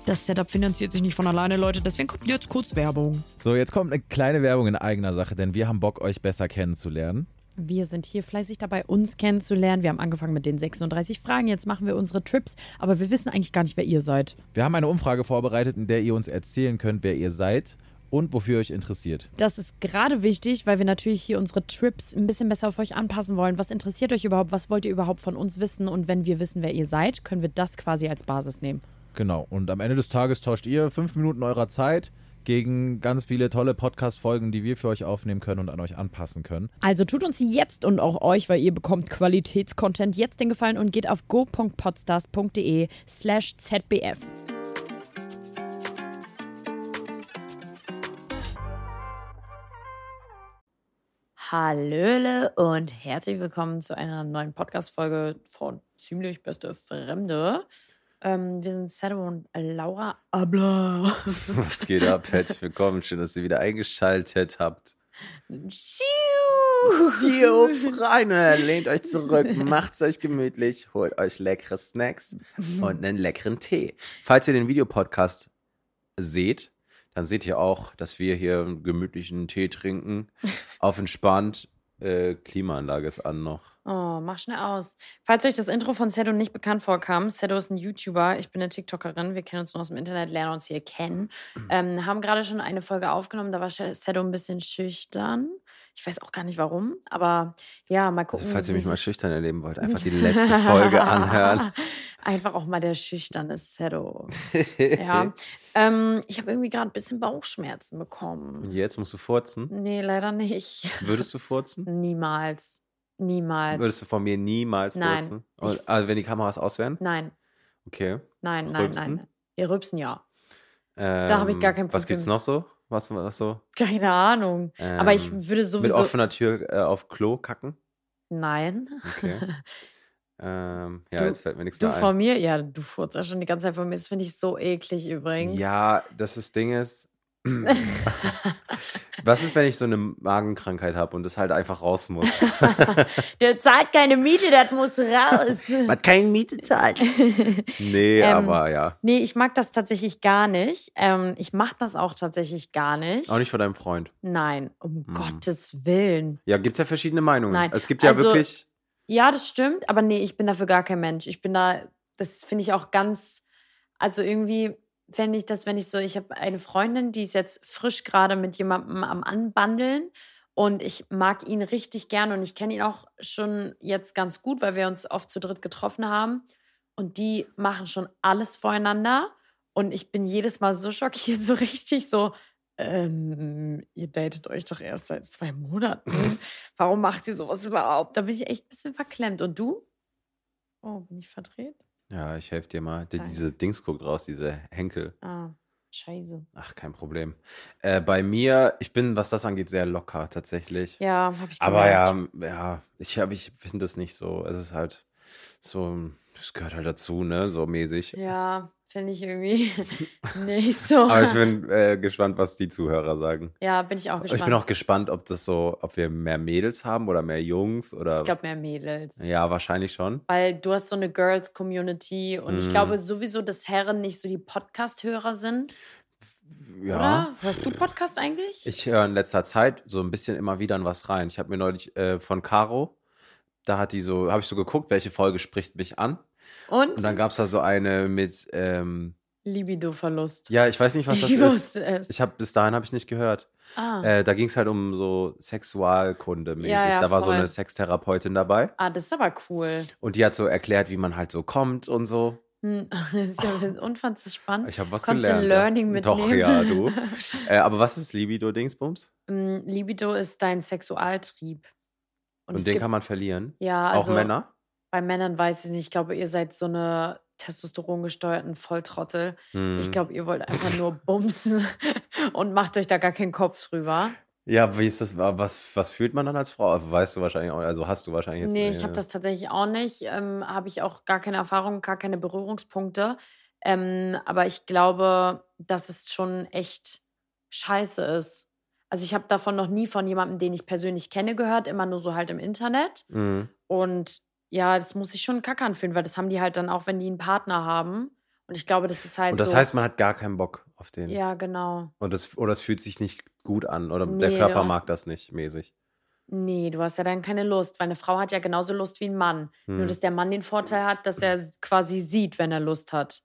Das Setup finanziert sich nicht von alleine, Leute, deswegen kommt jetzt kurz Werbung. So, jetzt kommt eine kleine Werbung in eigener Sache, denn wir haben Bock, euch besser kennenzulernen. Wir sind hier fleißig dabei, uns kennenzulernen. Wir haben angefangen mit den 36 Fragen, jetzt machen wir unsere Trips, aber wir wissen eigentlich gar nicht, wer ihr seid. Wir haben eine Umfrage vorbereitet, in der ihr uns erzählen könnt, wer ihr seid und wofür ihr euch interessiert. Das ist gerade wichtig, weil wir natürlich hier unsere Trips ein bisschen besser auf euch anpassen wollen. Was interessiert euch überhaupt? Was wollt ihr überhaupt von uns wissen? Und wenn wir wissen, wer ihr seid, können wir das quasi als Basis nehmen. Genau, und am Ende des Tages tauscht ihr 5 Minuten eurer Zeit gegen ganz viele tolle Podcast-Folgen, die wir für euch aufnehmen können und an euch anpassen können. Also tut uns jetzt und auch euch, weil ihr bekommt Qualitätscontent, jetzt den Gefallen und geht auf go.podstars.de/zbf. Hallöle und herzlich willkommen zu einer neuen Podcast-Folge von Ziemlich Beste Fremde. Wir sind Sedo und Laura. Abla. Was geht ab? Herzlich willkommen. Schön, dass ihr wieder eingeschaltet habt. Freunde, lehnt euch zurück, macht's euch gemütlich, holt euch leckere Snacks und einen leckeren Tee. Falls ihr den Videopodcast seht, dann seht ihr auch, dass wir hier einen gemütlichen Tee trinken. Auf entspannt. Klimaanlage ist an noch. Oh, mach schnell aus. Falls euch das Intro von Sedo nicht bekannt vorkam, Sedo ist ein YouTuber, ich bin eine TikTokerin, wir kennen uns nur aus dem Internet, lernen uns hier kennen. Haben gerade schon eine Folge aufgenommen, da war Sedo ein bisschen schüchtern. Ich weiß auch gar nicht warum, aber ja, mal gucken. Also, falls ihr mich mal schüchtern erleben wollt, einfach die letzte Folge anhören. Einfach auch mal der schüchterne Sedo. Ja. Ich habe irgendwie gerade ein bisschen Bauchschmerzen bekommen. Und jetzt musst du furzen? Nee, leider nicht. Würdest du furzen? Niemals. Niemals. Würdest du von mir niemals Nein. furzen? Also wenn die Kameras aus wären? Nein. Okay. Nein. Rülpsen? Ihr Rülpsen, ja. Da habe ich gar kein Problem. Was gibt's noch so? Was so? Keine Ahnung. Aber ich würde sowieso... Mit offener Tür auf Klo kacken? Nein. Okay. Jetzt fällt mir nichts mehr Du ein. von mir? Ja, du furzt ja schon die ganze Zeit von mir. Das finde ich so eklig übrigens. Ja, das Ding ist... Was ist, wenn ich so eine Magenkrankheit habe und das halt einfach raus muss? Der zahlt keine Miete, das muss raus. Man hat keine Miete zahlt. Nee, aber ja. Nee, ich mag das tatsächlich gar nicht. Ich mache das auch tatsächlich gar nicht. Auch nicht von deinem Freund? Nein, um Gottes Willen. Ja, gibt's ja verschiedene Meinungen. Nein. Es gibt ja Also, wirklich... Ja, das stimmt, aber nee, ich bin dafür gar kein Mensch. Ich bin da, das finde ich auch ganz, also irgendwie fände ich das, wenn ich so, ich habe eine Freundin, die ist jetzt frisch gerade mit jemandem am Anbandeln und ich mag ihn richtig gern und ich kenne ihn auch schon jetzt ganz gut, weil wir uns oft zu dritt getroffen haben und die machen schon alles voreinander und ich bin jedes Mal so schockiert, so richtig so, ihr datet euch doch erst seit 2 Monaten. Warum macht ihr sowas überhaupt? Da bin ich echt ein bisschen verklemmt. Und du? Oh, bin ich verdreht? Ja, ich helfe dir mal. Diese Dings guckt raus, diese Henkel. Ah, scheiße. Ach, kein Problem. Bei mir, ich bin, was das angeht, sehr locker tatsächlich. Ja, habe ich gemerkt. Aber ja, ich finde das nicht so. Es ist halt so, das gehört halt dazu, ne, so mäßig. Ja, finde ich irgendwie nicht so. Aber ich bin gespannt, was die Zuhörer sagen. Ja, bin ich auch gespannt. Ich bin auch gespannt, ob wir mehr Mädels haben oder mehr Jungs oder. Ich glaube, mehr Mädels. Ja, wahrscheinlich schon. Weil du hast so eine Girls-Community und ich glaube sowieso, dass Herren nicht so die Podcast-Hörer sind. Ja. Oder? Hörst du Podcast eigentlich? Ich höre in letzter Zeit so ein bisschen immer wieder in was rein. Ich habe mir neulich von Caro, da habe ich so geguckt, welche Folge spricht mich an. Und dann gab es da so eine mit Libido-Verlust. Ja, ich weiß nicht, was das Ich ist. wusste es. Bis dahin habe ich nicht gehört. Da ging es halt um so Sexualkunde mäßig. Ja, da war so voll. eine Sextherapeutin dabei. Das ist aber cool. Und die hat so erklärt, wie man halt so kommt und so. Das ist ja, und fandst du spannend? Ich habe was Konntest gelernt. du ein Learning Doch, mitnehmen? ja, du. Aber was ist Libido-Dingsbums? Libido ist dein Sexualtrieb. Und den kann man verlieren? Ja, also auch Männer? Bei Männern weiß ich nicht. Ich glaube, ihr seid so eine testosterongesteuerten Volltrottel. Ich glaube, ihr wollt einfach nur bumsen und macht euch da gar keinen Kopf drüber. Ja, wie ist das? Was fühlt man dann als Frau? Weißt du wahrscheinlich auch, also hast du wahrscheinlich jetzt. Nee, ich habe das tatsächlich auch nicht. Habe ich auch gar keine Erfahrung, gar keine Berührungspunkte. Aber ich glaube, dass es schon echt scheiße ist. Also ich habe davon noch nie von jemandem, den ich persönlich kenne, gehört. Immer nur so halt im Internet. Und ja, das muss sich schon kackern fühlen, weil das haben die halt dann auch, wenn die einen Partner haben. Und ich glaube, das ist halt Und das so. heißt, man hat gar keinen Bock auf den. Ja, genau. Oder es fühlt sich nicht gut an. Oder Nee, der du Körper hast- mag das nicht mäßig. Nee, du hast ja dann keine Lust, weil eine Frau hat ja genauso Lust wie ein Mann. Nur, dass der Mann den Vorteil hat, dass er quasi sieht, wenn er Lust hat.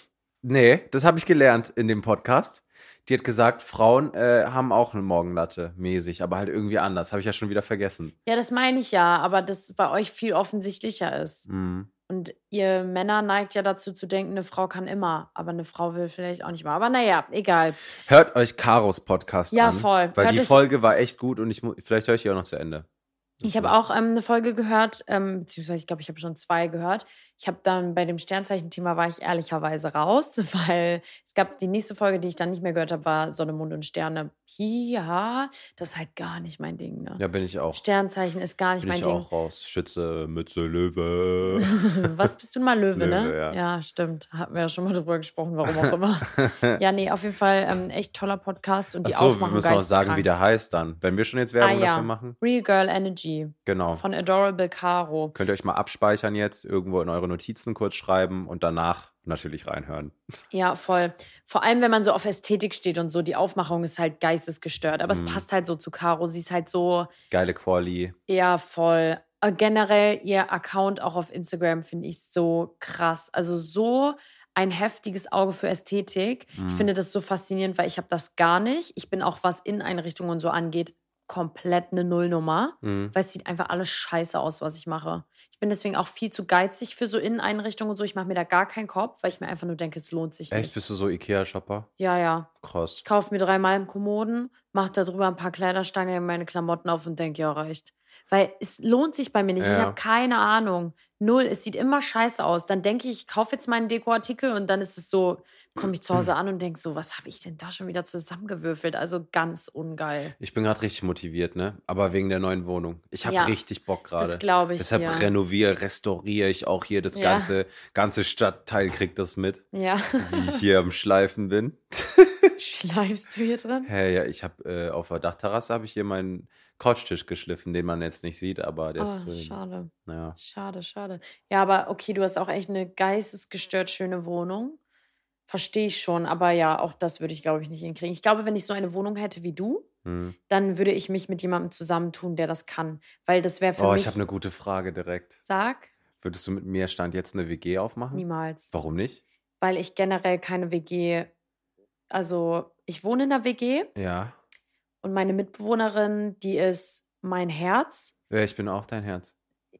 Nee, das habe ich gelernt in dem Podcast. Die hat gesagt, Frauen haben auch eine Morgenlatte mäßig, aber halt irgendwie anders. Habe ich ja schon wieder vergessen. Ja, das meine ich ja, aber das bei euch viel offensichtlicher ist. Mhm. Und ihr Männer neigt ja dazu zu denken, eine Frau kann immer, aber eine Frau will vielleicht auch nicht mal. Aber naja, egal. Hört euch Karos Podcast Ja, an. voll. Weil Hört die euch- Folge war echt gut und vielleicht höre ich die auch noch zu Ende. Ich habe auch eine Folge gehört, beziehungsweise ich glaube, ich habe schon 2 gehört. Ich habe dann bei dem Sternzeichen-Thema war ich ehrlicherweise raus, weil es gab die nächste Folge, die ich dann nicht mehr gehört habe, war Sonne, Mond und Sterne. Ja, das ist halt gar nicht mein Ding, ne? Ja, bin ich auch. Sternzeichen ist gar nicht Bin mein ich Ding. auch raus. Schütze, Mütze, Löwe. Was bist du mal Löwe, ne? Löwe, ja. Ja, stimmt. Hatten wir ja schon mal drüber gesprochen, warum auch immer. Ja, nee, auf jeden Fall echt toller Podcast und die Achso, wir Aufmachung müssen auch sagen, wie geisteskrank. der heißt dann. Wenn wir schon jetzt Werbung ja. dafür machen. Real Girl Energy Genau. von Adorable Caro. Könnt ihr euch mal abspeichern jetzt, irgendwo in eure Notizen kurz schreiben und danach natürlich reinhören. Ja, voll. Vor allem, wenn man so auf Ästhetik steht und so, die Aufmachung ist halt geistesgestört. Aber es passt halt so zu Caro. Sie ist halt so, Geile Quali. ja, voll. Generell ihr Account auch auf Instagram finde ich so krass. Also so ein heftiges Auge für Ästhetik. Ich finde das so faszinierend, weil ich habe das gar nicht. Ich bin auch, was Inneneinrichtungen und so angeht, komplett eine Nullnummer. Weil es sieht einfach alles scheiße aus, was ich mache. Ich bin deswegen auch viel zu geizig für so Inneneinrichtungen und so. Ich mache mir da gar keinen Kopf, weil ich mir einfach nur denke, es lohnt sich Echt? nicht. Bist du so Ikea-Shopper? Ja, ja. Krass. Ich kaufe mir 3 Mal Kommoden, mache da drüber ein paar Kleiderstangen in meine Klamotten auf und denke, ja, reicht. Weil es lohnt sich bei mir nicht. Ich Ja. habe keine Ahnung. Null. Es sieht immer scheiße aus. Dann denke ich kaufe jetzt meinen Dekoartikel und dann ist es so, komme ich zu Hause an und denke so, was habe ich denn da schon wieder zusammengewürfelt? Also ganz ungeil. Ich bin gerade richtig motiviert, ne? Aber wegen der neuen Wohnung. Ich habe Ja, richtig Bock gerade. das glaube ich Deshalb dir. restauriere ich auch hier das Ja. ganze Stadtteil kriegt das mit, Ja. wie ich hier am Schleifen bin. Schleifst du hier drin? Hey, ja, ich habe auf der Dachterrasse habe ich hier meinen Couchtisch geschliffen, den man jetzt nicht sieht, aber der ist Oh, drin. schade. Naja. Schade, schade. Ja, aber okay, du hast auch echt eine geistesgestört schöne Wohnung. Verstehe ich schon, aber ja, auch das würde ich, glaube ich, nicht hinkriegen. Ich glaube, wenn ich so eine Wohnung hätte wie du, dann würde ich mich mit jemandem zusammentun, der das kann. Weil das wäre für Oh, mich. ich habe eine gute Frage direkt. Sag, Würdest du mit mir Stand jetzt eine WG aufmachen? niemals. Warum nicht? Weil ich generell keine WG. Also, ich wohne in einer WG Ja. und meine Mitbewohnerin, die ist mein Herz. Ja, ich bin auch dein Herz.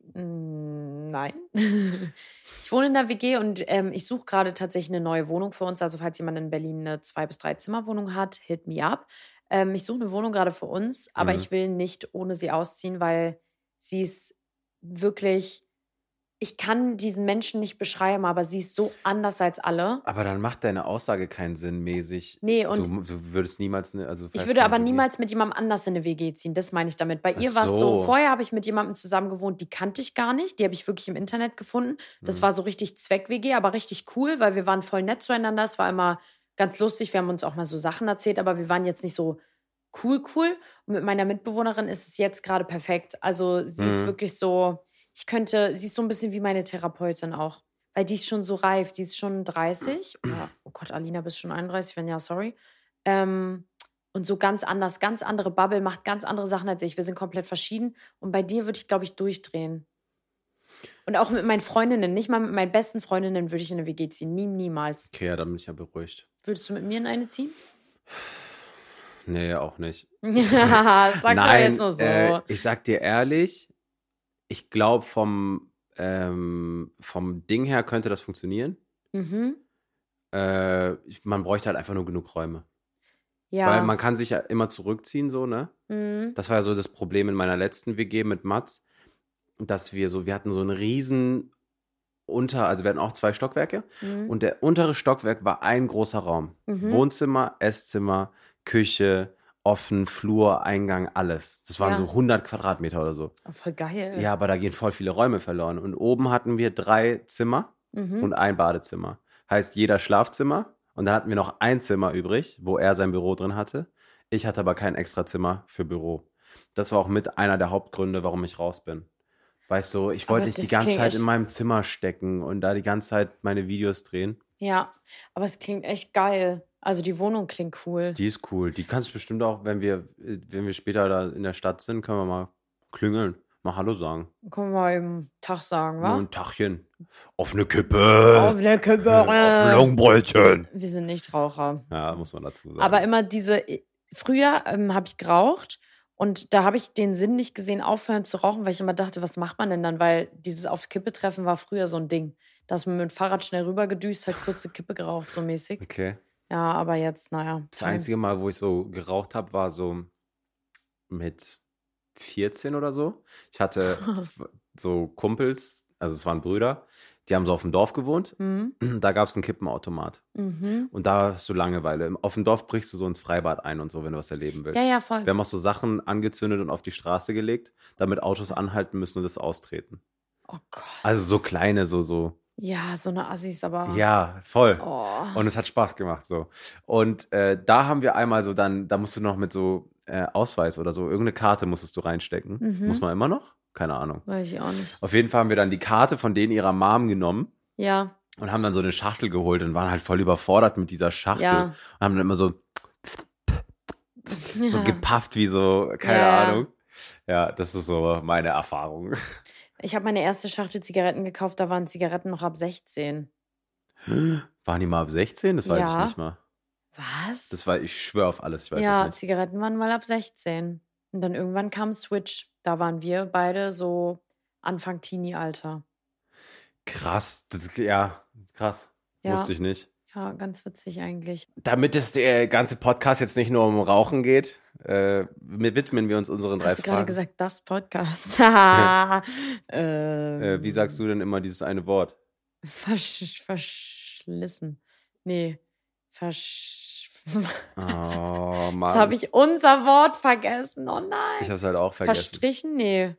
Nein. Ich wohne in der WG und ich suche gerade tatsächlich eine neue Wohnung für uns. Also falls jemand in Berlin eine 2- bis 3-Zimmer-Wohnung hat, hit me up. Ich suche eine Wohnung gerade für uns, aber ich will nicht ohne sie ausziehen, weil sie ist wirklich, ich kann diesen Menschen nicht beschreiben, aber sie ist so anders als alle. Aber dann macht deine Aussage keinen Sinn mäßig. Nee, und Du würdest niemals ich würde aber niemals mit jemandem anders in eine WG ziehen. Das meine ich damit. Bei ihr war es so, vorher habe ich mit jemandem zusammen gewohnt, die kannte ich gar nicht. Die habe ich wirklich im Internet gefunden. Das war so richtig Zweck-WG, aber richtig cool, weil wir waren voll nett zueinander. Es war immer ganz lustig. Wir haben uns auch mal so Sachen erzählt, aber wir waren jetzt nicht so cool. Und mit meiner Mitbewohnerin ist es jetzt gerade perfekt. Also sie ist wirklich so, sie ist so ein bisschen wie meine Therapeutin auch. Weil die ist schon so reif, die ist schon 30. Oder, oh Gott, Alina, bist schon 31? Wenn ja, sorry. Und so ganz anders, ganz andere Bubble, macht ganz andere Sachen als ich. Wir sind komplett verschieden. Und bei dir würde ich, glaube ich, durchdrehen. Und auch mit meinen Freundinnen, nicht mal mit meinen besten Freundinnen würde ich in eine WG ziehen. Niemals. Okay, ja, dann bin ich ja beruhigt. Würdest du mit mir in eine ziehen? Nee, auch nicht. Ja, sagst du jetzt nur so. Ich sag dir ehrlich, ich glaube, vom Ding her könnte das funktionieren. Mhm. Man bräuchte halt einfach nur genug Räume. Ja. Weil man kann sich ja immer zurückziehen, so, ne? Mhm. Das war ja so das Problem in meiner letzten WG mit Mats, dass wir hatten so einen riesen also wir hatten auch 2 Stockwerke und der untere Stockwerk war ein großer Raum. Wohnzimmer, Esszimmer, Küche, offen, Flur, Eingang, alles. Das waren Ja. so 100 Quadratmeter oder so. Oh, voll geil. Ja, aber da gehen voll viele Räume verloren. Und oben hatten wir 3 Zimmer und ein Badezimmer. Heißt, jeder Schlafzimmer. Und dann hatten wir noch ein Zimmer übrig, wo er sein Büro drin hatte. Ich hatte aber kein extra Zimmer für Büro. Das war auch mit einer der Hauptgründe, warum ich raus bin. Weißt du, ich wollte Aber nicht die das ganze klingt Zeit echt- in meinem Zimmer stecken und da die ganze Zeit meine Videos drehen. Ja, aber es klingt echt geil. Also die Wohnung klingt cool. Die ist cool. Die kannst du bestimmt auch, wenn wir später da in der Stadt sind, können wir mal klingeln, mal Hallo sagen. Können wir mal eben Tag sagen, Nur wa? ein Tachchen. Auf eine Kippe. Auf der Kippe. Auf ein Langbrötchen. Wir sind nicht Raucher. Ja, muss man dazu sagen. Aber immer früher habe ich geraucht und da habe ich den Sinn nicht gesehen, aufhören zu rauchen, weil ich immer dachte, was macht man denn dann? Weil dieses auf Kippe treffen war früher so ein Ding. Da ist man mit dem Fahrrad schnell rübergedüst, hat kurz eine Kippe geraucht, so mäßig. Okay. Ja, aber jetzt, naja. Das einzige Mal, wo ich so geraucht habe, war so mit 14 oder so. Ich hatte so Kumpels, also es waren Brüder, die haben so auf dem Dorf gewohnt. Mhm. Da gab es einen Kippenautomat. Mhm. Und da hast du Langeweile. Auf dem Dorf brichst du so ins Freibad ein und so, wenn du was erleben willst. Ja, voll. Wir haben auch so Sachen angezündet und auf die Straße gelegt, damit Autos anhalten müssen und das austreten. Oh Gott. Also so kleine, so. Ja, so eine Assis, aber. Ja, voll. Oh. Und es hat Spaß gemacht so. Und da haben wir einmal so da musst du noch mit so Ausweis oder so, irgendeine Karte musstest du reinstecken. Mhm. Muss man immer noch? Keine Ahnung. Weiß ich auch nicht. Auf jeden Fall haben wir dann die Karte von denen ihrer Mom genommen Ja. und haben dann so eine Schachtel geholt und waren halt voll überfordert mit dieser Schachtel. Ja. Und haben dann immer so gepafft wie so, keine Ja. Ahnung. Ja, das ist so meine Erfahrung. Ich habe meine erste Schachtel Zigaretten gekauft, da waren Zigaretten noch ab 16. Waren die mal ab 16? Das weiß ich Ja. nicht mal. Was? Ich schwöre auf alles, ich weiß ja, das nicht. Zigaretten waren mal ab 16. Und dann irgendwann kam Switch. Da waren wir beide so Anfang Teenie-Alter. Krass, ja, krass. Ja. Wusste ich nicht. Ja, ganz witzig eigentlich. Damit es der ganze Podcast jetzt nicht nur um Rauchen geht, widmen wir uns unseren 3 Hast du gerade Fragen. gesagt, das Podcast? Wie sagst du denn immer dieses eine Wort? Verschlissen. Nee. Oh, Mann. Jetzt habe ich unser Wort vergessen. Oh nein. Ich habe es halt auch vergessen. Verstrichen? Nee.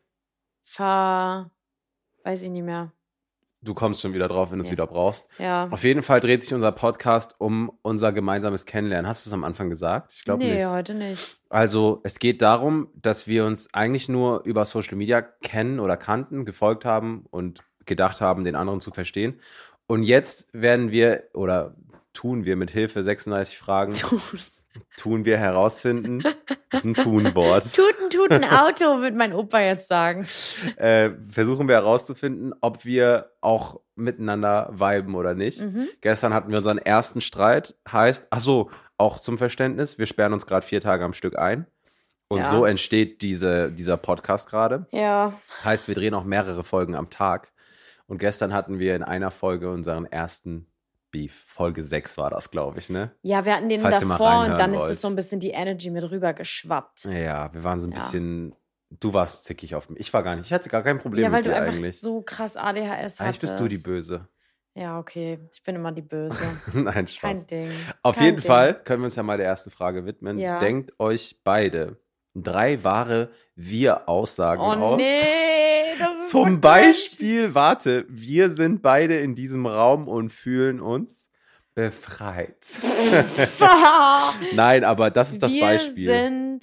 Weiß ich nicht mehr. Du kommst schon wieder drauf, wenn du es Ja. wieder brauchst. Ja. Auf jeden Fall dreht sich unser Podcast um unser gemeinsames Kennenlernen. Hast du es am Anfang gesagt? Ich glaube Nee, nicht. heute nicht. Also, es geht darum, dass wir uns eigentlich nur über Social Media kennen oder kannten, gefolgt haben und gedacht haben, den anderen zu verstehen. Und jetzt werden wir oder tun wir mit Hilfe 36 Fragen, tun wir herausfinden, das ist ein Tunwort. Tuten, Auto, wird mein Opa jetzt sagen. Versuchen wir herauszufinden, ob wir auch miteinander viben oder nicht. Mhm. Gestern hatten wir unseren ersten Streit, heißt, auch zum Verständnis, wir sperren uns gerade 4 Tage am Stück ein. Und Ja. so entsteht dieser Podcast gerade. Ja. Heißt, wir drehen auch mehrere Folgen am Tag. Und gestern hatten wir in einer Folge unseren ersten Beef. Folge 6 war das, glaube ich, ne? Ja, wir hatten den Falls ihr mal davor und reinhören dann ist wollt. es so ein bisschen die Energy mit rüber geschwappt. Ja, wir waren so ein Ja. bisschen. Du warst zickig auf mich. Ich war gar nicht. Ich hatte gar kein Problem Ja, weil mit du dir einfach eigentlich. so krass ADHS hattest. Eigentlich bist du die Böse. Ja, okay. Ich bin immer die Böse. Nein, Kein Spaß. Ding. Auf Kein jeden Ding. Fall können wir uns ja mal der ersten Frage widmen. Ja. Denkt euch beide 3 wahre Wir-Aussagen Oh aus. nee, das ist so Zum Beispiel, warte, wir sind beide in diesem Raum und fühlen uns befreit. cringe. Nein, aber das ist das wir Beispiel. sind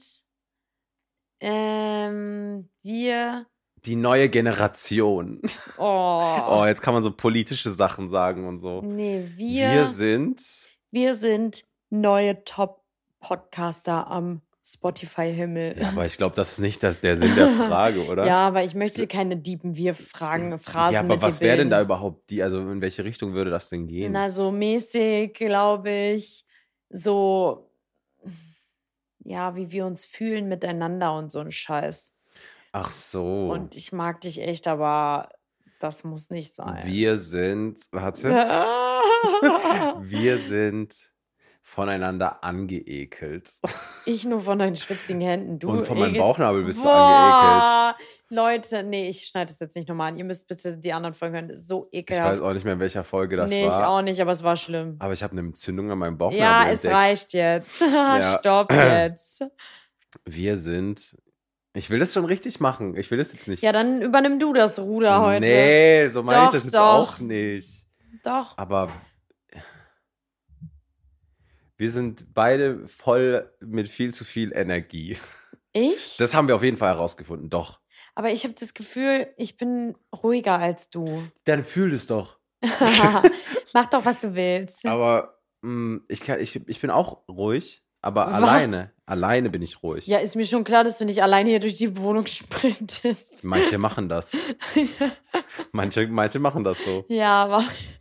wir Die neue Generation. Oh, jetzt kann man so politische Sachen sagen und so. nee, Wir sind wir sind neue Top-Podcaster am Spotify-Himmel. Ja, aber ich glaube, das ist nicht der Sinn der Frage, oder? Ja, aber ich möchte keine Diepen Phrasen Ja, aber mit was dir wäre denn da bilden. überhaupt also in welche Richtung würde das denn gehen? Na, so mäßig, glaube ich. So, ja, wie wir uns fühlen miteinander und so ein Scheiß. Ach so. Und ich mag dich echt, aber das muss nicht sein. Wir sind, warte, wir sind voneinander angeekelt. Ich nur von deinen schwitzigen Händen. Du Und von meinem ekelst- Bauchnabel bist du Boah. Leute, nee, ich schneide das jetzt nicht nochmal an. Ihr müsst bitte die anderen Folgen hören. Das ist so Ich ekelhaft. weiß auch nicht mehr, in welcher Folge das nee, ich war. auch nicht, aber es war schlimm. Aber ich habe eine Entzündung an meinem Bauchnabel Ja, es entdeckt. reicht jetzt. Ja. Stopp jetzt. Wir sind, ich will das schon richtig machen. Ich will das jetzt nicht. Ja, dann übernimm du das Ruder heute. Nee, so meine ich Doch, das jetzt doch. auch nicht. Doch. Aber wir sind beide voll mit viel zu viel Energie. Ich? Das haben wir auf jeden Fall herausgefunden, doch. Aber ich habe das Gefühl, ich bin ruhiger als du. Dann fühl es doch. Mach doch, was du willst. Aber ich bin auch ruhig, aber Was? alleine bin ich ruhig. Ja, ist mir schon klar, dass du nicht alleine hier durch die Wohnung sprintest. Manche machen das. Manche machen das so. Ja, aber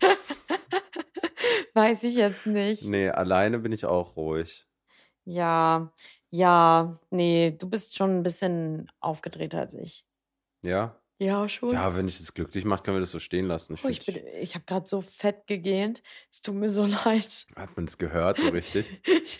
weiß ich jetzt nicht. Nee, alleine bin ich auch ruhig. Ja, nee, du bist schon ein bisschen aufgedrehter als ich. Ja? Ja, schon. Ja, wenn ich es glücklich macht, können wir das so stehen lassen. Ich habe gerade so fett gegähnt. Es tut mir so leid. Hat man es gehört, so richtig?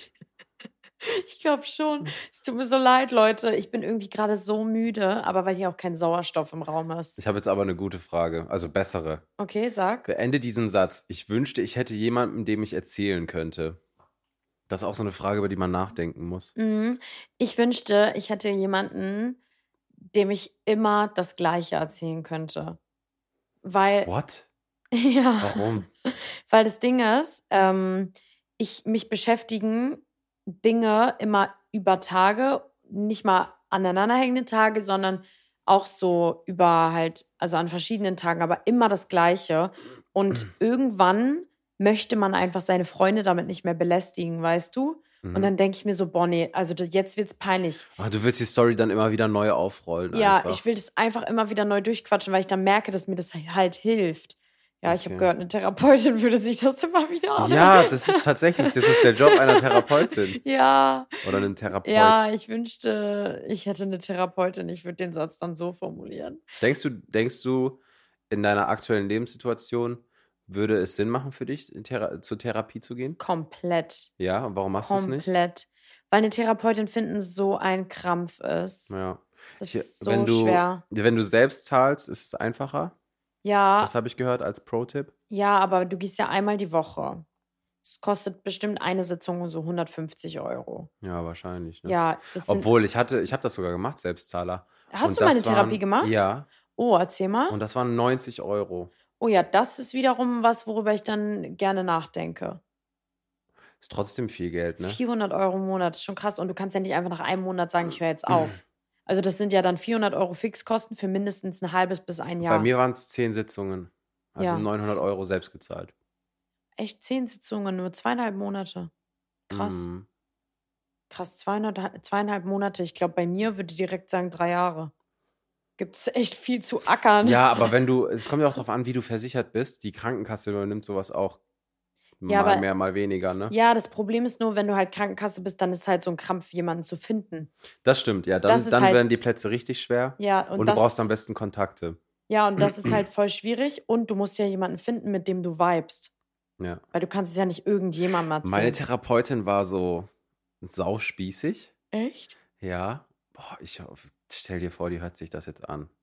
Ich glaube schon. Es tut mir so leid, Leute. Ich bin irgendwie gerade so müde, aber weil hier auch kein Sauerstoff im Raum ist. Ich habe jetzt aber eine gute Frage, also bessere. Okay, sag. Beende diesen Satz. Ich wünschte, ich hätte jemanden, dem ich erzählen könnte. Das ist auch so eine Frage, über die man nachdenken muss. Ich wünschte, ich hätte jemanden, dem ich immer das Gleiche erzählen könnte. Weil, What? ja, Warum? weil das Ding ist, mich beschäftigen Dinge immer über Tage, nicht mal aneinanderhängende Tage, sondern auch so über halt, also an verschiedenen Tagen, aber immer das Gleiche. Und irgendwann möchte man einfach seine Freunde damit nicht mehr belästigen, weißt du? Und dann denke ich mir so, boah, nee, also jetzt wird's peinlich. Ach, du willst die Story dann immer wieder neu aufrollen. Ja, einfach. ich will das einfach immer wieder neu durchquatschen, weil ich dann merke, dass mir das halt hilft. Ja, ich habe Okay. gehört, eine Therapeutin würde sich das immer wieder anhören. Ja, das ist der Job einer Therapeutin. Ja, Oder einem Therapeut. ja, ich wünschte, ich hätte eine Therapeutin. Ich würde den Satz dann so formulieren. Denkst du, in deiner aktuellen Lebenssituation würde es Sinn machen für dich, zur Therapie zu gehen? Komplett. Ja, und warum machst du es nicht? Komplett. Weil eine Therapeutin finden so ein Krampf ist. Ja. Das Ich- ist so schwer. Wenn du selbst zahlst, ist es einfacher. Ja, Das habe ich gehört als Pro-Tipp. ja, aber du gehst ja einmal die Woche. Es kostet bestimmt eine Sitzung so 150 Euro. Ja, wahrscheinlich. Ne? Ja, das sind. Obwohl, ich habe das sogar gemacht, Selbstzahler. Hast Und du meine das waren- Therapie gemacht? Ja, Oh, erzähl mal. und das waren 90 Euro. Oh ja, das ist wiederum was, worüber ich dann gerne nachdenke. Ist trotzdem viel Geld, ne? 400 Euro im Monat, ist schon krass. Und du kannst ja nicht einfach nach einem Monat sagen, ich höre jetzt auf. Also das sind ja dann 400 Euro Fixkosten für mindestens ein halbes bis ein Jahr. Bei mir waren es 10 Sitzungen. Also Ja. 900 Euro selbst gezahlt. Echt 10 Sitzungen, nur 2,5 Monate. Krass. Mhm. Krass, 2,5 Monate. Ich glaube, bei mir würde ich direkt sagen 3 Jahre. Gibt es echt viel zu ackern. Ja, aber es kommt ja auch darauf an, wie du versichert bist. Die Krankenkasse übernimmt sowas auch Ja, mal aber- mehr, mal weniger, ne? Ja, das Problem ist nur, wenn du halt Krankenkasse bist, dann ist halt so ein Krampf, jemanden zu finden. Das stimmt, ja. Das ist Dann halt- werden die Plätze richtig schwer. Ja, Und du das, brauchst am besten Kontakte. ja, und das ist halt voll schwierig. Und du musst ja jemanden finden, mit dem du vibest. Ja. Weil du kannst es ja nicht irgendjemandem erzählen. Meine Therapeutin war so sauspießig. Echt? Ja. Boah, stell dir vor, die hört sich das jetzt an.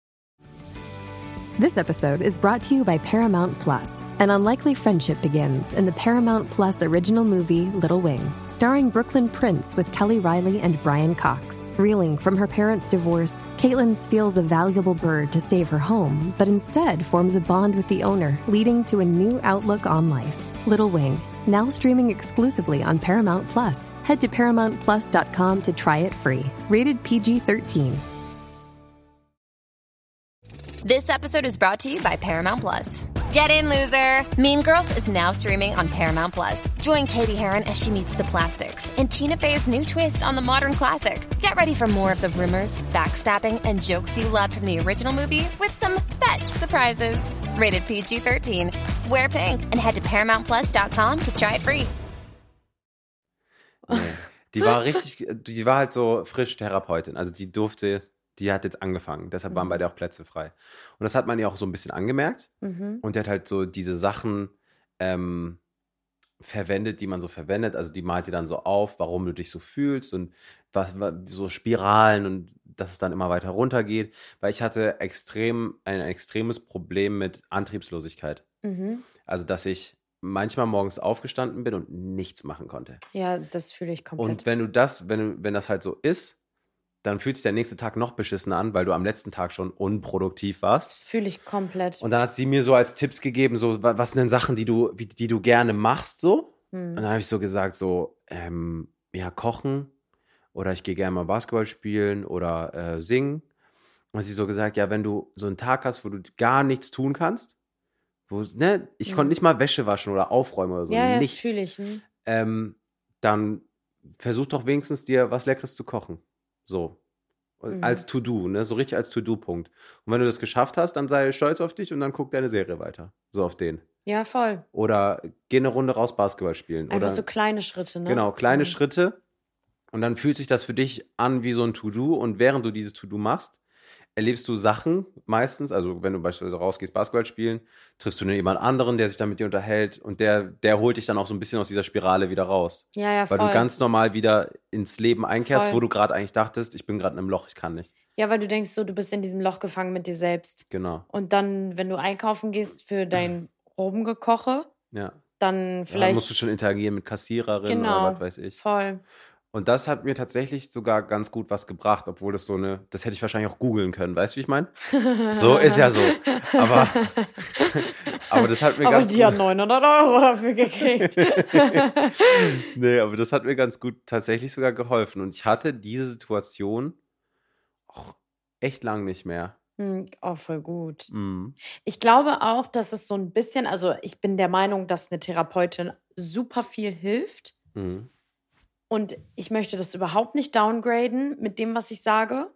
This episode is brought to you by Paramount Plus. An unlikely friendship begins in the Paramount Plus original movie Little Wing, starring Brooklyn Prince with Kelly Riley and Brian Cox. Reeling from her parents' divorce, Caitlin steals a valuable bird to save her home, but instead forms a bond with the owner, leading to a new outlook on life. Little Wing, now streaming exclusively on Paramount Plus. Head to ParamountPlus.com to try it free. Rated PG-13. This episode is brought to you by Paramount Plus. Get in, loser! Mean Girls is now streaming on Paramount Plus. Join Katie Heron as she meets the plastics in Tina Fey's new twist on the modern classic. Get ready for more of the rumors, backstabbing, and jokes you loved from the original movie with some fetch surprises. Rated PG-13. Wear pink and head to ParamountPlus.com to try it free. Nee. Die war halt so frisch Therapeutin. Also die hat jetzt angefangen. Deshalb waren bei der auch Plätze frei. Und das hat man ihr auch so ein bisschen angemerkt. Und die hat halt so diese Sachen verwendet, die man so verwendet. Also die malt dir dann so auf, warum du dich so fühlst und so Spiralen und dass es dann immer weiter runtergeht. Weil ich hatte ein extremes Problem mit Antriebslosigkeit. Also dass ich manchmal morgens aufgestanden bin und nichts machen konnte. Ja, das fühle ich komplett. Und wenn das halt so ist, dann fühlt sich der nächste Tag noch beschissener an, weil du am letzten Tag schon unproduktiv warst. Das fühle ich komplett. Und dann hat sie mir so als Tipps gegeben, so, was sind denn Sachen, die du gerne machst, so? Und dann habe ich so gesagt, so, ja, kochen oder ich gehe gerne mal Basketball spielen oder singen. Und sie so gesagt, ja, wenn du so einen Tag hast, wo du gar nichts tun kannst, Ich konnte nicht mal Wäsche waschen oder aufräumen oder so. Ja, das nichts. fühle ich. Dann versuch doch wenigstens dir was Leckeres zu kochen. So. Als To-Do, ne? So richtig als To-Do-Punkt. Und wenn du das geschafft hast, dann sei stolz auf dich und dann guck deine Serie weiter. So auf den. Ja, voll. Oder geh eine Runde raus Basketball spielen. Einfach oder, so kleine Schritte, ne? Genau, kleine Schritte. Und dann fühlt sich das für dich an wie so ein To-Do. Und während du dieses To-Do machst, erlebst du Sachen meistens. Also wenn du beispielsweise rausgehst, Basketball spielen, triffst du jemand anderen, der sich dann mit dir unterhält. Und der holt dich dann auch so ein bisschen aus dieser Spirale wieder raus. Ja, voll. Weil du ganz normal wieder ins Leben einkehrst, Voll. wo du gerade eigentlich dachtest, ich bin gerade in einem Loch, ich kann nicht. Ja, weil du denkst so, du bist in diesem Loch gefangen mit dir selbst. Genau. Und dann, wenn du einkaufen gehst für dein Rumgekoche, Ja. dann Dann vielleicht... musst du schon interagieren mit Kassiererinnen oder was weiß ich. Voll. Und das hat mir tatsächlich sogar ganz gut was gebracht, obwohl das das hätte ich wahrscheinlich auch googeln können, weißt du, wie ich meine? So ist ja so. Aber das hat mir Aber ganz die hat 900 € dafür gekriegt. Nee, aber das hat mir ganz gut tatsächlich sogar geholfen. Und ich hatte diese Situation auch echt lang nicht mehr. Oh, voll gut. Mhm. Ich glaube auch, dass es so ein bisschen, also ich bin der Meinung, dass eine Therapeutin super viel hilft. Mhm. Und ich möchte das überhaupt nicht downgraden mit dem, was ich sage.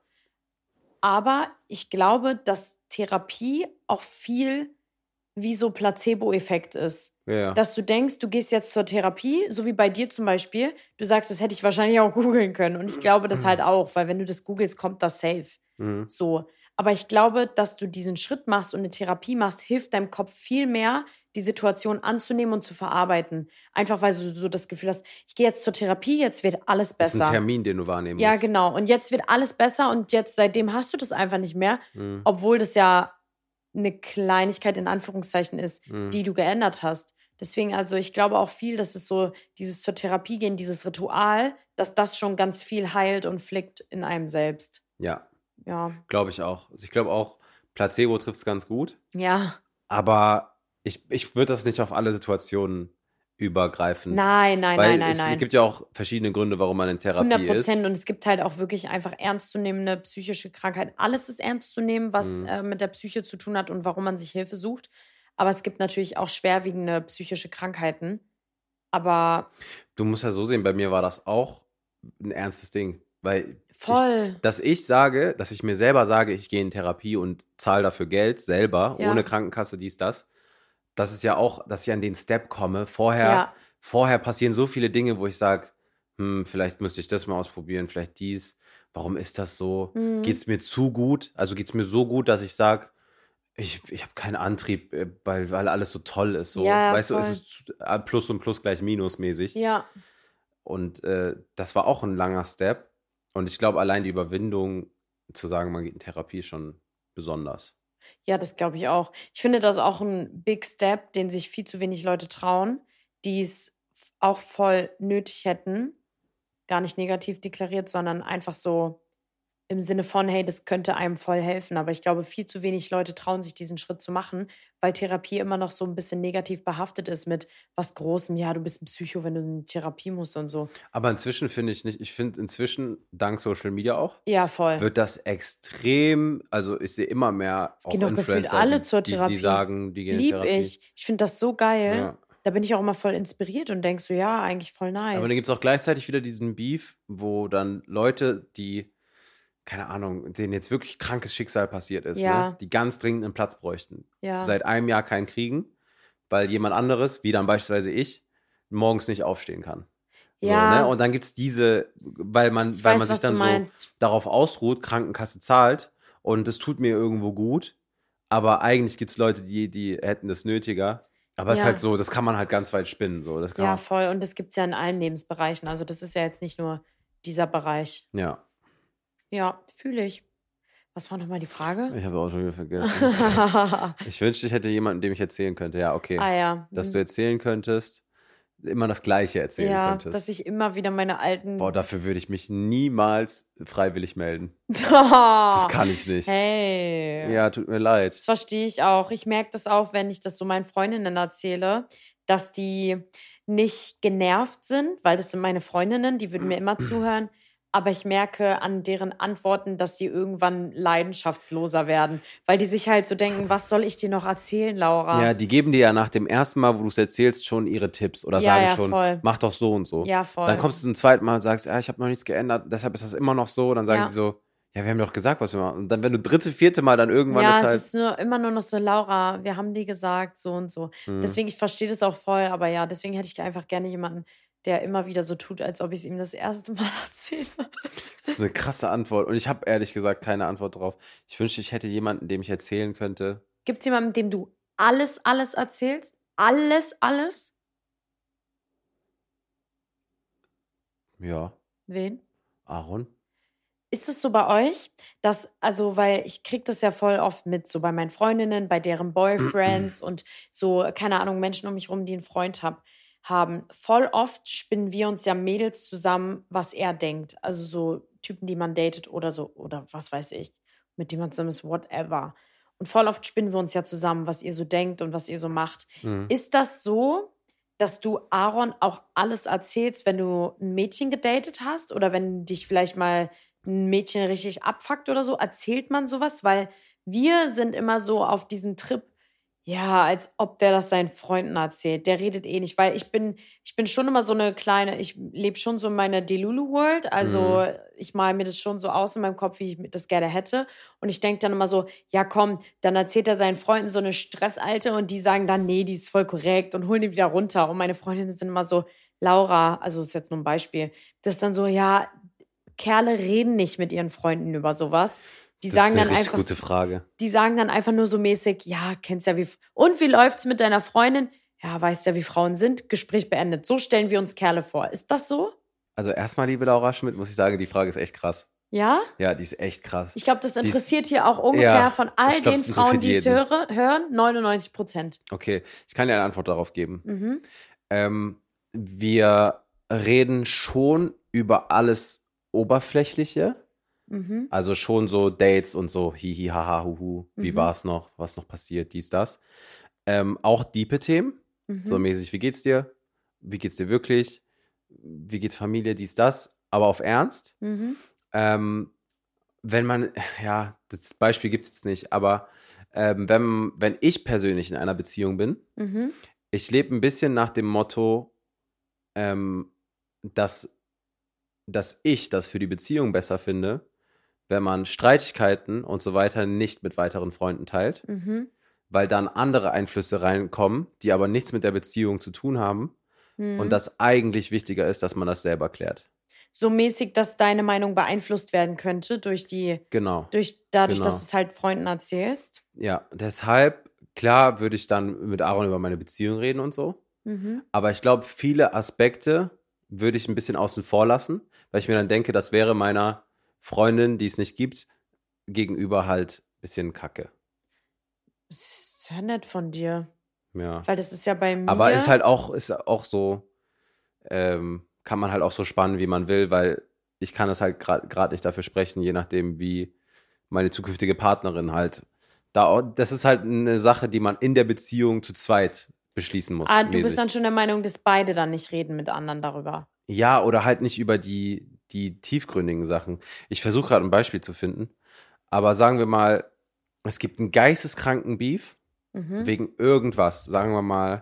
Aber ich glaube, dass Therapie auch viel wie so Placebo-Effekt ist. Ja. Dass du denkst, du gehst jetzt zur Therapie, so wie bei dir zum Beispiel. Du sagst, das hätte ich wahrscheinlich auch googeln können. Und ich glaube das halt auch, weil wenn du das googelst, kommt das safe. Mhm. So. Aber ich glaube, dass du diesen Schritt machst und eine Therapie machst, hilft deinem Kopf viel mehr, die Situation anzunehmen und zu verarbeiten. Einfach, weil du so das Gefühl hast, ich gehe jetzt zur Therapie, jetzt wird alles Das besser. ist ein Termin, den du wahrnehmen Ja, musst. genau. Und jetzt wird alles besser und jetzt, seitdem hast du das einfach nicht mehr, Mhm. obwohl das ja eine Kleinigkeit in Anführungszeichen ist, Mhm. die du geändert hast. Deswegen, also ich glaube auch viel, dass es so dieses zur Therapie gehen, dieses Ritual, dass das schon ganz viel heilt und flickt in einem selbst. Ja, Ja. glaube ich auch. Also ich glaube auch, Placebo trifft es ganz gut. Ja. Aber ich würde das nicht auf alle Situationen übergreifend. Nein. Weil es gibt ja auch verschiedene Gründe, warum man in Therapie ist. 100%. Und es gibt halt auch wirklich einfach ernstzunehmende psychische Krankheit. Alles ist ernst zu nehmen, was mit der Psyche zu tun hat und warum man sich Hilfe sucht. Aber es gibt natürlich auch schwerwiegende psychische Krankheiten. Aber Du musst ja so sehen, bei mir war das auch ein ernstes Ding. Weil voll. dass ich mir selber sage, ich gehe in Therapie und zahle dafür Geld selber, Ja. ohne Krankenkasse, das ist ja auch, dass ich an den Step komme. Vorher passieren so viele Dinge, wo ich sage, vielleicht müsste ich das mal ausprobieren, vielleicht dies. Warum ist das so? Geht es mir zu gut? Also geht es mir so gut, dass ich sage, ich habe keinen Antrieb, weil alles so toll ist. So. Ja, weißt du, voll. es ist Plus und Plus gleich Minus mäßig. Ja. Und das war auch ein langer Step. Und ich glaube, allein die Überwindung zu sagen, man geht in Therapie, ist schon besonders. Ja, das glaube ich auch. Ich finde das auch ein Big Step, den sich viel zu wenig Leute trauen, die es auch voll nötig hätten. Gar nicht negativ deklariert, sondern einfach so im Sinne von, hey, das könnte einem voll helfen. Aber ich glaube, viel zu wenig Leute trauen sich diesen Schritt zu machen, weil Therapie immer noch so ein bisschen negativ behaftet ist mit was Großem. Ja, du bist ein Psycho, wenn du in die Therapie musst und so. Aber inzwischen finde ich nicht, ich finde inzwischen, dank Social Media auch, Ja, voll. wird das extrem, also ich sehe immer mehr Es gehen doch gefühlt alle zur Therapie. die sagen, die gehen in Lieb Therapie. ich finde das so geil. Ja. Da bin ich auch immer voll inspiriert und denk so, ja, eigentlich voll nice. Aber dann gibt es auch gleichzeitig wieder diesen Beef, wo dann Leute, die, keine Ahnung, denen jetzt wirklich krankes Schicksal passiert ist, Ja. ne? Die ganz dringend einen Platz bräuchten. Ja. Seit einem Jahr keinen kriegen, weil jemand anderes, wie dann beispielsweise ich, morgens nicht aufstehen kann. Ja. So, ne? Und dann gibt es diese, weil man Ich sich weiß, was dann du so meinst. darauf ausruht, Krankenkasse zahlt und es tut mir irgendwo gut, aber eigentlich gibt es Leute, die hätten das nötiger. Aber es ist Ja. halt so, das kann man halt ganz weit spinnen. So. Das kann Ja, man, voll. Und das gibt es ja in allen Lebensbereichen. Also das ist ja jetzt nicht nur dieser Bereich. ja. Ja, fühle ich. Was war nochmal die Frage? Ich habe auch schon wieder vergessen. Ich wünschte, ich hätte jemanden, dem ich erzählen könnte. Ja, okay. Ja. Dass du erzählen könntest, immer das Gleiche erzählen Ja, könntest. dass ich immer wieder meine alten... Boah, dafür würde ich mich niemals freiwillig melden. Das das kann ich nicht. Hey. Ja, tut mir leid. Das verstehe ich auch. Ich merke das auch, wenn ich das so meinen Freundinnen erzähle, dass die nicht genervt sind, weil das sind meine Freundinnen, die würden mir immer zuhören. aber ich merke an deren Antworten, dass sie irgendwann leidenschaftsloser werden, weil die sich halt so denken, was soll ich dir noch erzählen, Laura? Ja, die geben dir ja nach dem ersten Mal, wo du es erzählst, schon ihre Tipps oder sagen schon, voll. mach doch so und so. Ja, voll. Dann kommst du zum zweiten Mal und sagst, ich habe noch nichts geändert, deshalb ist das immer noch so. Dann sagen die so, ja, wir haben doch gesagt, was wir machen. Und dann, wenn du dritte, vierte Mal dann irgendwann ist halt... Ja, es ist immer nur noch so, Laura, wir haben dir gesagt, so und so. Deswegen, ich verstehe das auch voll, aber ja, deswegen hätte ich einfach gerne jemanden, der immer wieder so tut, als ob ich es ihm das erste Mal erzähle. Das ist eine krasse Antwort. Und ich habe ehrlich gesagt keine Antwort drauf. Ich wünschte, ich hätte jemanden, dem ich erzählen könnte. Gibt es jemanden, dem du alles erzählst? Alles? Ja. Wen? Aaron? Ist es so bei euch, dass, also, weil ich kriege das ja voll oft mit, so bei meinen Freundinnen, bei deren Boyfriends und so, keine Ahnung, Menschen um mich rum, die einen Freund haben. Voll oft spinnen wir uns ja Mädels zusammen, was er denkt. Also so Typen, die man datet oder so, oder was weiß ich, mit denen man zusammen ist, whatever. Und voll oft spinnen wir uns ja zusammen, was ihr so denkt und was ihr so macht. Ist das so, dass du Aaron auch alles erzählst, wenn du ein Mädchen gedatet hast oder wenn dich vielleicht mal ein Mädchen richtig abfuckt oder so? Erzählt man sowas? Weil wir sind immer so auf diesem Trip, ja, als ob der das seinen Freunden erzählt. Der redet eh nicht, weil ich bin schon immer so eine kleine, ich lebe schon so in meiner Delulu-World, also ich male mir das schon so aus in meinem Kopf, wie ich das gerne hätte und ich denke dann immer so, ja komm, dann erzählt er seinen Freunden so eine Stressalte und die sagen dann, nee, die ist voll korrekt und holen die wieder runter und meine Freundinnen sind immer so, Laura, also das ist jetzt nur ein Beispiel, das ist dann so, ja, Kerle reden nicht mit ihren Freunden über sowas. Die das sagen ist eine dann richtig einfach, gute Frage. Die sagen dann einfach nur so mäßig, ja, kennst ja wie. Und wie läuft's mit deiner Freundin? Ja, weißt ja, wie Frauen sind. Gespräch beendet. So stellen wir uns Kerle vor. Ist das so? Also erstmal, liebe Laura Schmidt, muss ich sagen, die Frage ist echt krass. Ja? Ja, die ist echt krass. Ich glaube, das interessiert hier auch ungefähr von all den Frauen, die es hören, 99%. Okay, ich kann dir eine Antwort darauf geben. Wir reden schon über alles Oberflächliche. Also schon so Dates und so hihi, haha, huhu, wie war's noch, was noch passiert, dies, das. Auch diepe Themen, so mäßig, wie geht's dir? Wie geht's dir wirklich? Wie geht's Familie, dies, das? Aber auf Ernst. Wenn man, ja, das Beispiel gibt's jetzt nicht, aber wenn ich persönlich in einer Beziehung bin, ich lebe ein bisschen nach dem Motto, dass ich das für die Beziehung besser finde, wenn man Streitigkeiten und so weiter nicht mit weiteren Freunden teilt, weil dann andere Einflüsse reinkommen, die aber nichts mit der Beziehung zu tun haben und das eigentlich wichtiger ist, dass man das selber klärt. So mäßig, dass deine Meinung beeinflusst werden könnte dadurch, dass du es halt Freunden erzählst. Ja, deshalb, klar würde ich dann mit Aaron über meine Beziehung reden und so, aber ich glaube, viele Aspekte würde ich ein bisschen außen vor lassen, weil ich mir dann denke, das wäre meiner Freundin, die es nicht gibt, gegenüber halt ein bisschen kacke. Das ist ja nett von dir. Ja. Weil das ist ja bei mir... Aber ist auch so, kann man halt auch so spannen, wie man will, weil ich kann es halt gerade nicht dafür sprechen, je nachdem, wie meine zukünftige Partnerin halt das ist halt eine Sache, die man in der Beziehung zu zweit beschließen muss. Du bist dann schon der Meinung, dass beide dann nicht reden mit anderen darüber. Ja, oder halt nicht über die tiefgründigen Sachen. Ich versuche gerade ein Beispiel zu finden, aber sagen wir mal, es gibt einen geisteskranken Beef wegen irgendwas. Sagen wir mal,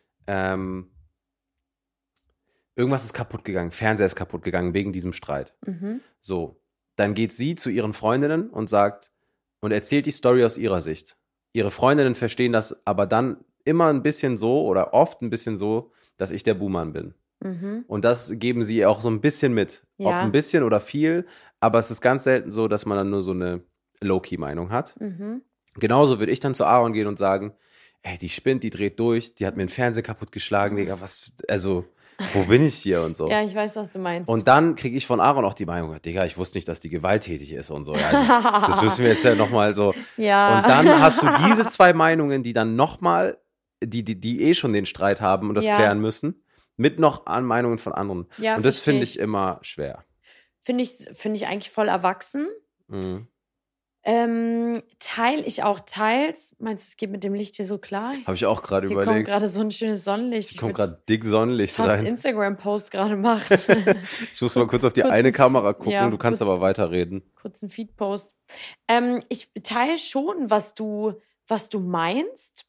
irgendwas ist kaputt gegangen, Fernseher ist kaputt gegangen wegen diesem Streit. So, dann geht sie zu ihren Freundinnen und erzählt die Story aus ihrer Sicht. Ihre Freundinnen verstehen das aber dann immer ein bisschen so oder oft ein bisschen so, dass ich der Buhmann bin. Und das geben sie auch so ein bisschen mit. Ja. Ob ein bisschen oder viel, aber es ist ganz selten so, dass man dann nur so eine Low-Key-Meinung hat. Genauso würde ich dann zu Aaron gehen und sagen, ey, die spinnt, die dreht durch, die hat mir den Fernseher kaputtgeschlagen, Digga, wo bin ich hier und so. Ja, ich weiß, was du meinst. Und dann kriege ich von Aaron auch die Meinung, Digga, ich wusste nicht, dass die gewalttätig ist und so. Ja, das wissen wir jetzt ja nochmal so. Ja. Und dann hast du diese zwei Meinungen, die dann nochmal, die eh schon den Streit haben und das klären müssen, mit noch an Meinungen von anderen. Ja, und das finde ich immer schwer. Finde ich eigentlich voll erwachsen. Teile ich auch teils. Meinst du, es geht mit dem Licht hier so klar? Habe ich auch gerade Hier kommt überlegt. gerade so ein schönes Sonnenlicht. Hier kommt gerade dick Sonnenlicht fast rein. Instagram-Post gerade machen. Ich muss mal kurz auf die Kurzen eine Kamera gucken, ja, du kannst aber weiterreden. Kurzen Feed-Post. Ich teile schon, was du meinst.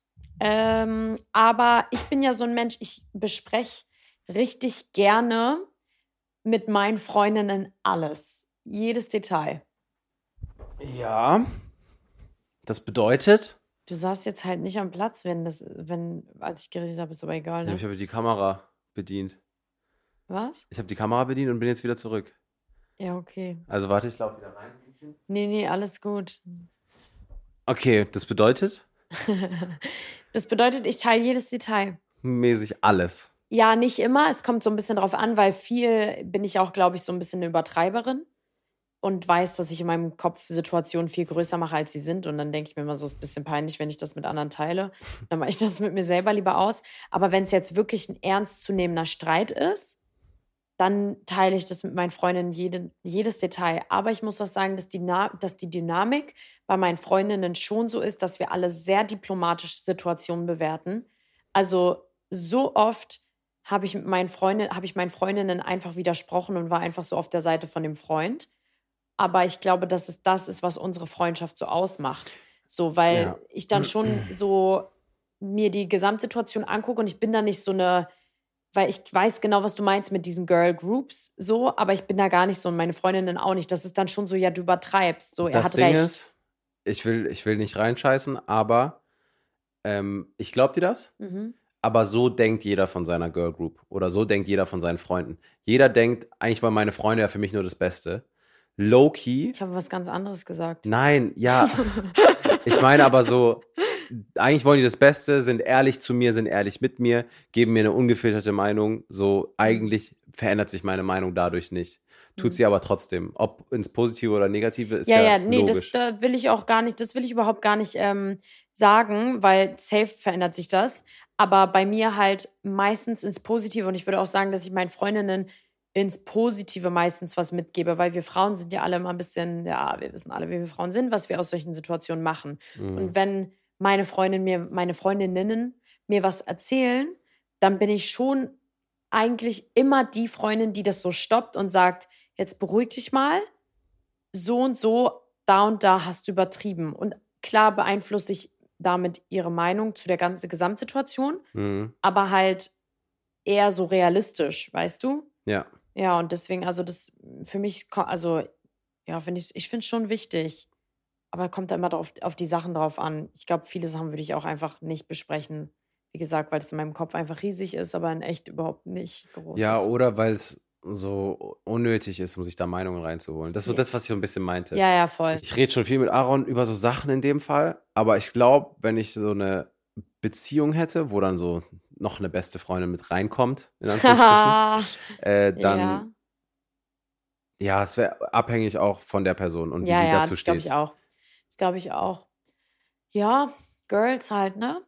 Aber ich bin ja so ein Mensch, ich bespreche richtig gerne mit meinen Freundinnen alles. Jedes Detail. Ja. Das bedeutet? Du saßt jetzt halt nicht am Platz, als ich geredet habe, ist aber egal, ne? Ja, ich habe die Kamera bedient. Was? Ich habe die Kamera bedient und bin jetzt wieder zurück. Ja, okay. Also warte, ich laufe wieder rein. Nee, alles gut. Okay, das bedeutet? Das bedeutet, ich teile jedes Detail. Mäßig alles. Ja, nicht immer. Es kommt so ein bisschen drauf an, weil viel bin ich auch, glaube ich, so ein bisschen eine Übertreiberin und weiß, dass ich in meinem Kopf Situationen viel größer mache, als sie sind. Und dann denke ich mir immer so, es ist ein bisschen peinlich, wenn ich das mit anderen teile. Dann mache ich das mit mir selber lieber aus. Aber wenn es jetzt wirklich ein ernstzunehmender Streit ist, dann teile ich das mit meinen Freundinnen jedes Detail. Aber ich muss auch sagen, dass die Dynamik bei meinen Freundinnen schon so ist, dass wir alle sehr diplomatisch Situationen bewerten. Also so oft habe ich meinen Freundinnen einfach widersprochen und war einfach so auf der Seite von dem Freund. Aber ich glaube, dass es das ist, was unsere Freundschaft so ausmacht. So, weil ich dann schon so mir die Gesamtsituation angucke und ich bin da nicht so eine, weil ich weiß genau, was du meinst mit diesen Girl Groups, so, aber ich bin da gar nicht so und meine Freundinnen auch nicht. Das ist dann schon so, ja, du übertreibst, so, er hat Ding recht. Ist, ich will nicht reinscheißen, aber ich glaube dir das. Aber so denkt jeder von seiner Girl Group oder so denkt jeder von seinen Freunden. Jeder denkt, eigentlich waren meine Freunde ja für mich nur das Beste. Low-key. Ich habe was ganz anderes gesagt. Nein, ja. Ich meine aber so, eigentlich wollen die das Beste, sind ehrlich zu mir, sind ehrlich mit mir, geben mir eine ungefilterte Meinung. So, eigentlich verändert sich meine Meinung dadurch nicht. Tut sie aber trotzdem. Ob ins Positive oder Negative ist ja nee, logisch. das will ich überhaupt gar nicht sagen, weil safe verändert sich das. Aber bei mir halt meistens ins Positive. Und ich würde auch sagen, dass ich meinen Freundinnen ins Positive meistens was mitgebe, weil wir Frauen sind ja alle immer ein bisschen, ja, wir wissen alle, wie wir Frauen sind, was wir aus solchen Situationen machen. Und wenn meine Freundinnen mir was erzählen, dann bin ich schon eigentlich immer die Freundin, die das so stoppt und sagt, jetzt beruhig dich mal, so und so, da und da hast du übertrieben. Und klar beeinflusse ich damit ihre Meinung zu der ganzen Gesamtsituation, aber halt eher so realistisch, weißt du? Ja. Ja, und deswegen, also das für mich, also ja, finde ich es schon wichtig. Aber kommt da immer auf die Sachen drauf an. Ich glaube, viele Sachen würde ich auch einfach nicht besprechen. Wie gesagt, weil es in meinem Kopf einfach riesig ist, aber in echt überhaupt nicht groß ist. Ja, oder weil es so unnötig ist, um sich da Meinungen reinzuholen. Das ist so das, was ich so ein bisschen meinte. Ja, voll. Ich rede schon viel mit Aaron über so Sachen in dem Fall, aber ich glaube, wenn ich so eine Beziehung hätte, wo dann so noch eine beste Freundin mit reinkommt, in Anführungsstrichen, dann, ja, es wäre abhängig auch von der Person und wie sie dazu steht. Das glaube ich auch. Ja, Girls halt, ne?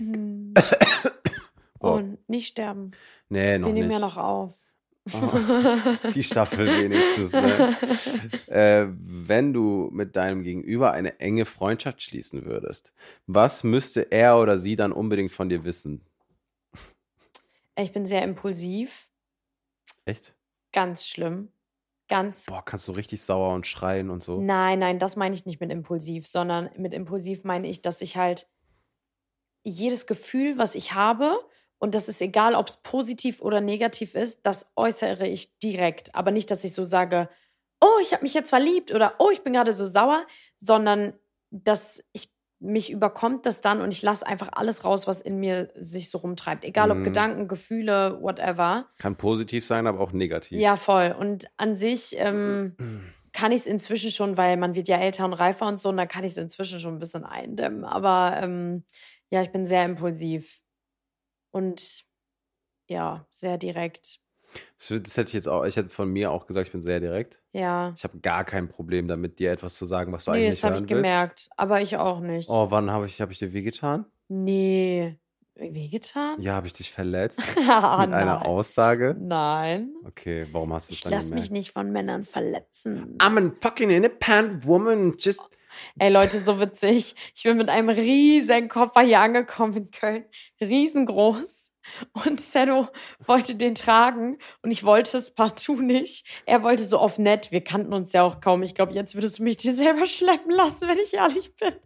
Und nicht sterben. Nee, noch nicht. Wir nehmen ja noch auf. Oh, die Staffel wenigstens, ne? Wenn du mit deinem Gegenüber eine enge Freundschaft schließen würdest, was müsste er oder sie dann unbedingt von dir wissen? Ich bin sehr impulsiv. Echt? Ganz schlimm. Boah, kannst du richtig sauer und schreien und so? Nein, das meine ich nicht mit impulsiv, sondern mit impulsiv meine ich, dass ich halt jedes Gefühl, was ich habe, und das ist egal, ob es positiv oder negativ ist, das äußere ich direkt. Aber nicht, dass ich so sage, oh, ich habe mich jetzt verliebt oder oh, ich bin gerade so sauer, sondern dass mich überkommt das dann und ich lasse einfach alles raus, was in mir sich so rumtreibt. Egal ob Gedanken, Gefühle, whatever. Kann positiv sein, aber auch negativ. Ja, voll. Und an sich kann ich es inzwischen schon, weil man wird ja älter und reifer und so, und dann kann ich es inzwischen schon ein bisschen eindämmen. Aber ja, ich bin sehr impulsiv und ja, sehr direkt. Das hätte ich jetzt auch, ich hätte von mir auch gesagt, ich bin sehr direkt. Ja. Ich habe gar kein Problem damit, dir etwas zu sagen, was du eigentlich nicht hören willst. Nee, das habe ich gemerkt, aber ich auch nicht. Oh, wann habe ich dir wehgetan? Nee. Wehgetan? Ja, habe ich dich verletzt? Mit einer Aussage? Nein. Okay, warum hast du es dann gemerkt? Ich lasse mich nicht von Männern verletzen. I'm a fucking independent woman, just Ey, Leute, so witzig. Ich bin mit einem riesen Koffer hier angekommen in Köln. Riesengroß. Und Sedo wollte den tragen und ich wollte es partout nicht. Er wollte so auf nett. Wir kannten uns ja auch kaum. Ich glaube, jetzt würdest du mich dir selber schleppen lassen, wenn ich ehrlich bin.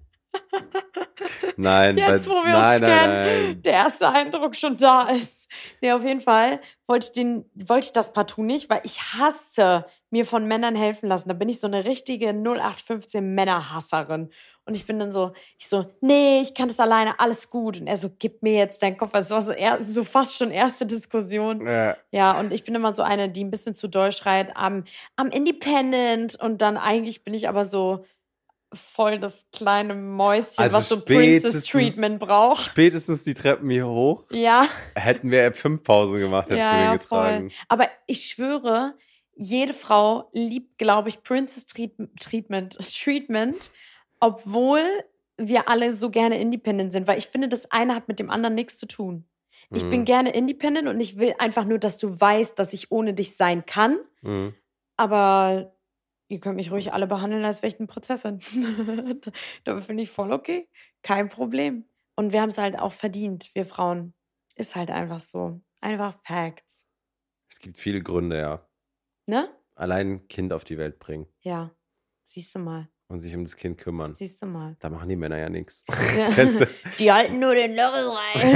Nein, Jetzt, wo wir uns kennen, der erste Eindruck schon da ist. Nee, auf jeden Fall wollte ich das partout nicht, weil ich hasse mir von Männern helfen lassen. Da bin ich so eine richtige 0815 Männerhasserin. Und ich bin dann so, nee, ich kann das alleine, alles gut. Und er so, gib mir jetzt deinen Koffer. Es war so fast schon erste Diskussion. Ja, und ich bin immer so eine, die ein bisschen zu doll schreit, am Independent. Und dann eigentlich bin ich aber so voll das kleine Mäuschen, Also was so Princess-Treatment braucht. Spätestens die Treppen hier hoch. Ja. Hätten wir 5 Pausen gemacht, hättest du den getragen. Voll. Aber ich schwöre, jede Frau liebt, glaube ich, Princess-Treatment, obwohl wir alle so gerne independent sind. Weil ich finde, das eine hat mit dem anderen nichts zu tun. Ich bin gerne independent und ich will einfach nur, dass du weißt, dass ich ohne dich sein kann. Aber ihr könnt mich ruhig alle behandeln, als wäre ich eine Prinzessin. Da finde ich voll okay. Kein Problem. Und wir haben es halt auch verdient, wir Frauen. Ist halt einfach so. Einfach Facts. Es gibt viele Gründe, ja. Ne? Allein ein Kind auf die Welt bringen. Ja. Siehst du mal. Und sich um das Kind kümmern. Siehst du mal. Da machen die Männer ja nichts. Kennst du? Die halten nur den Löffel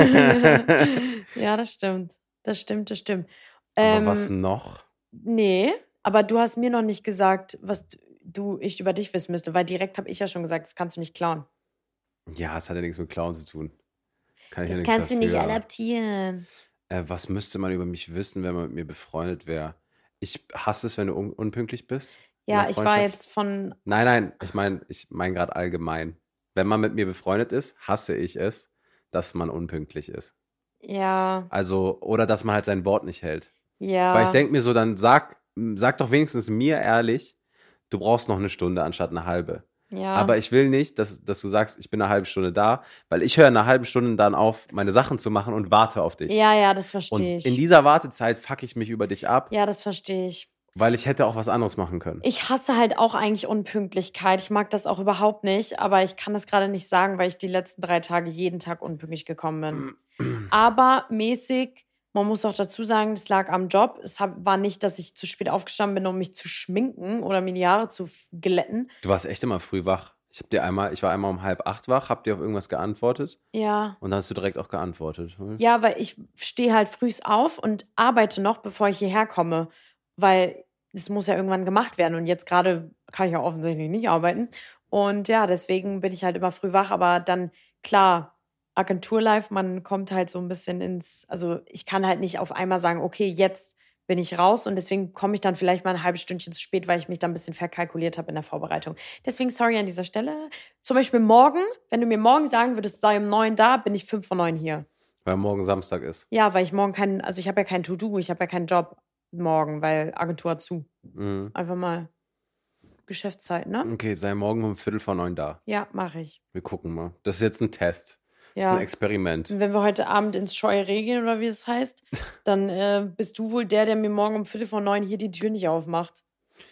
rein. Ja, das stimmt. Das stimmt. Aber was noch? Nee. Aber du hast mir noch nicht gesagt, was ich über dich wissen müsste, weil direkt habe ich ja schon gesagt, das kannst du nicht klauen. Ja, es hat ja nichts mit Klauen zu tun. Das kannst du nicht adaptieren. Was müsste man über mich wissen, wenn man mit mir befreundet wäre? Ich hasse es, wenn du unpünktlich bist. Ja, ich war jetzt von... Nein, ich meine gerade allgemein. Wenn man mit mir befreundet ist, hasse ich es, dass man unpünktlich ist. Ja. Also, oder dass man halt sein Wort nicht hält. Ja. Weil ich denke mir so, dann sag doch wenigstens mir ehrlich, du brauchst noch eine Stunde anstatt eine halbe. Ja. Aber ich will nicht, dass du sagst, ich bin eine halbe Stunde da, weil ich höre eine halbe Stunde dann auf, meine Sachen zu machen und warte auf dich. Ja, das verstehe ich. Und in dieser Wartezeit fuck ich mich über dich ab. Ja, das verstehe ich. Weil ich hätte auch was anderes machen können. Ich hasse halt auch eigentlich Unpünktlichkeit. Ich mag das auch überhaupt nicht, aber ich kann das gerade nicht sagen, weil ich die letzten 3 Tage jeden Tag unpünktlich gekommen bin. Aber mäßig, man muss auch dazu sagen, das lag am Job. Es war nicht, dass ich zu spät aufgestanden bin, um mich zu schminken oder mir die Haare zu glätten. Du warst echt immer früh wach. Ich war einmal um 7:30 wach, hab dir auf irgendwas geantwortet. Ja. Und dann hast du direkt auch geantwortet. Ja, weil ich stehe halt frühs auf und arbeite noch, bevor ich hierher komme. Weil es muss ja irgendwann gemacht werden. Und jetzt gerade kann ich ja offensichtlich nicht arbeiten. Und ja, deswegen bin ich halt immer früh wach. Aber dann, klar, Agenturlife, man kommt halt so ein bisschen also ich kann halt nicht auf einmal sagen, okay, jetzt bin ich raus. Und deswegen komme ich dann vielleicht mal ein halbes Stündchen zu spät, weil ich mich dann ein bisschen verkalkuliert habe in der Vorbereitung. Deswegen sorry an dieser Stelle. Zum Beispiel morgen, wenn du mir morgen sagen würdest, sei um 9 da, bin ich 5 vor 9 hier. Weil morgen Samstag ist. Ja, weil ich morgen ich habe ja kein To-Do, ich habe ja keinen Job morgen, weil Agentur hat zu. Einfach mal Geschäftszeit, ne? Okay, sei morgen um 8:45 da. Ja, mache ich. Wir gucken mal. Das ist jetzt ein Test. Das Ja. ist ein Experiment. Und wenn wir heute Abend ins Scheuree gehen, oder wie es heißt, dann bist du wohl der mir morgen um 8:45 hier die Tür nicht aufmacht.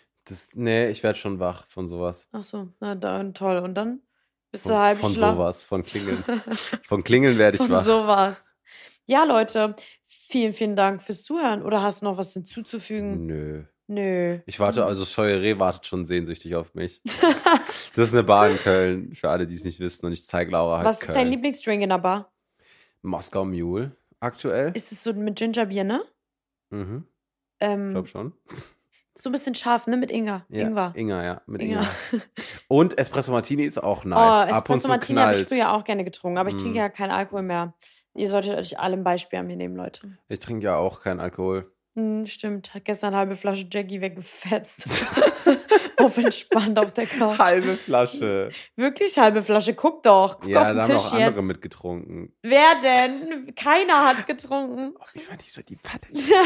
Nee, ich werde schon wach von sowas. Ach so, na dann toll. Und dann bist du halb Von schlapp. sowas, von Klingeln. Von Klingeln werde ich Von wach. sowas. Ja, Leute, vielen, vielen Dank fürs Zuhören. Oder hast du noch was hinzuzufügen? Nö. Ich warte, also Scheuree wartet schon sehnsüchtig auf mich. Das ist eine Bar in Köln, für alle, die es nicht wissen. Und ich zeige Laura halt Was Köln. ist dein Lieblingsdrink in der Bar? Moskau Mule aktuell. Ist es so mit Gingerbier, ne? Mhm. Ich glaube schon. So ein bisschen scharf, ne? Mit Ingwer. Ja, Ingwer. Ingwer, ja. Mit Ingwer. Und Espresso Martini ist auch nice. Oh, Ab und Espresso zu Martini habe ich knallt. früher auch gerne getrunken, aber ich trinke ja keinen Alkohol mehr. Ihr solltet euch alle ein Beispiel an mir nehmen, Leute. Ich trinke ja auch keinen Alkohol. Stimmt, hat gestern eine halbe Flasche Jackie weggefetzt. Auf entspannt auf der Couch. Halbe Flasche. Wirklich halbe Flasche? Guck doch. Guck Ja, auf den da haben Tisch auch andere jetzt. mitgetrunken. Wer denn? Keiner hat getrunken. Oh, ich war nicht so die Pfanne.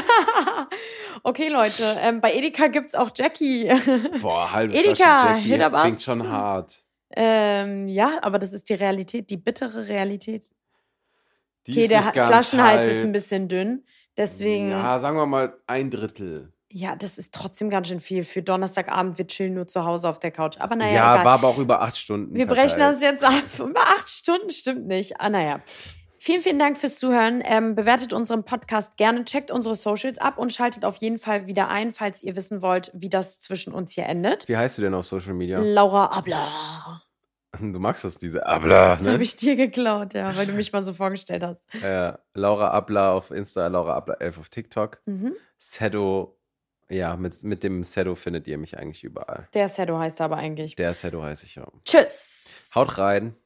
Okay, Leute, bei Edeka gibt's auch Jackie. Boah, halbe Edeka, Flasche Jackie hit up klingt us. schon hart. Ja, aber das ist die Realität, die bittere Realität. Die Okay, ist der nicht ganz Flaschenhals halb. ist ein bisschen dünn. Deswegen. Ja, sagen wir mal 1/3. Ja, das ist trotzdem ganz schön viel. Für Donnerstagabend, wir chillen nur zu Hause auf der Couch. Aber naja, Ja, egal. war aber auch über 8 Stunden. Wir brechen das jetzt ab. Über 8 Stunden stimmt nicht. Naja. Vielen, vielen Dank fürs Zuhören. Bewertet unseren Podcast gerne, checkt unsere Socials ab und schaltet auf jeden Fall wieder ein, falls ihr wissen wollt, wie das zwischen uns hier endet. Wie heißt du denn auf Social Media? Laura Abla. Du magst das, diese Abla, Das ne? habe ich dir geklaut, ja, weil du mich mal so vorgestellt hast. Laura Abla auf Insta, Laura Abla 11 auf TikTok. Mhm. Sedo, ja, mit dem Sedo findet ihr mich eigentlich überall. Der Sedo heißt er aber eigentlich. Der Sedo heiße ich, ja. Tschüss. Haut rein.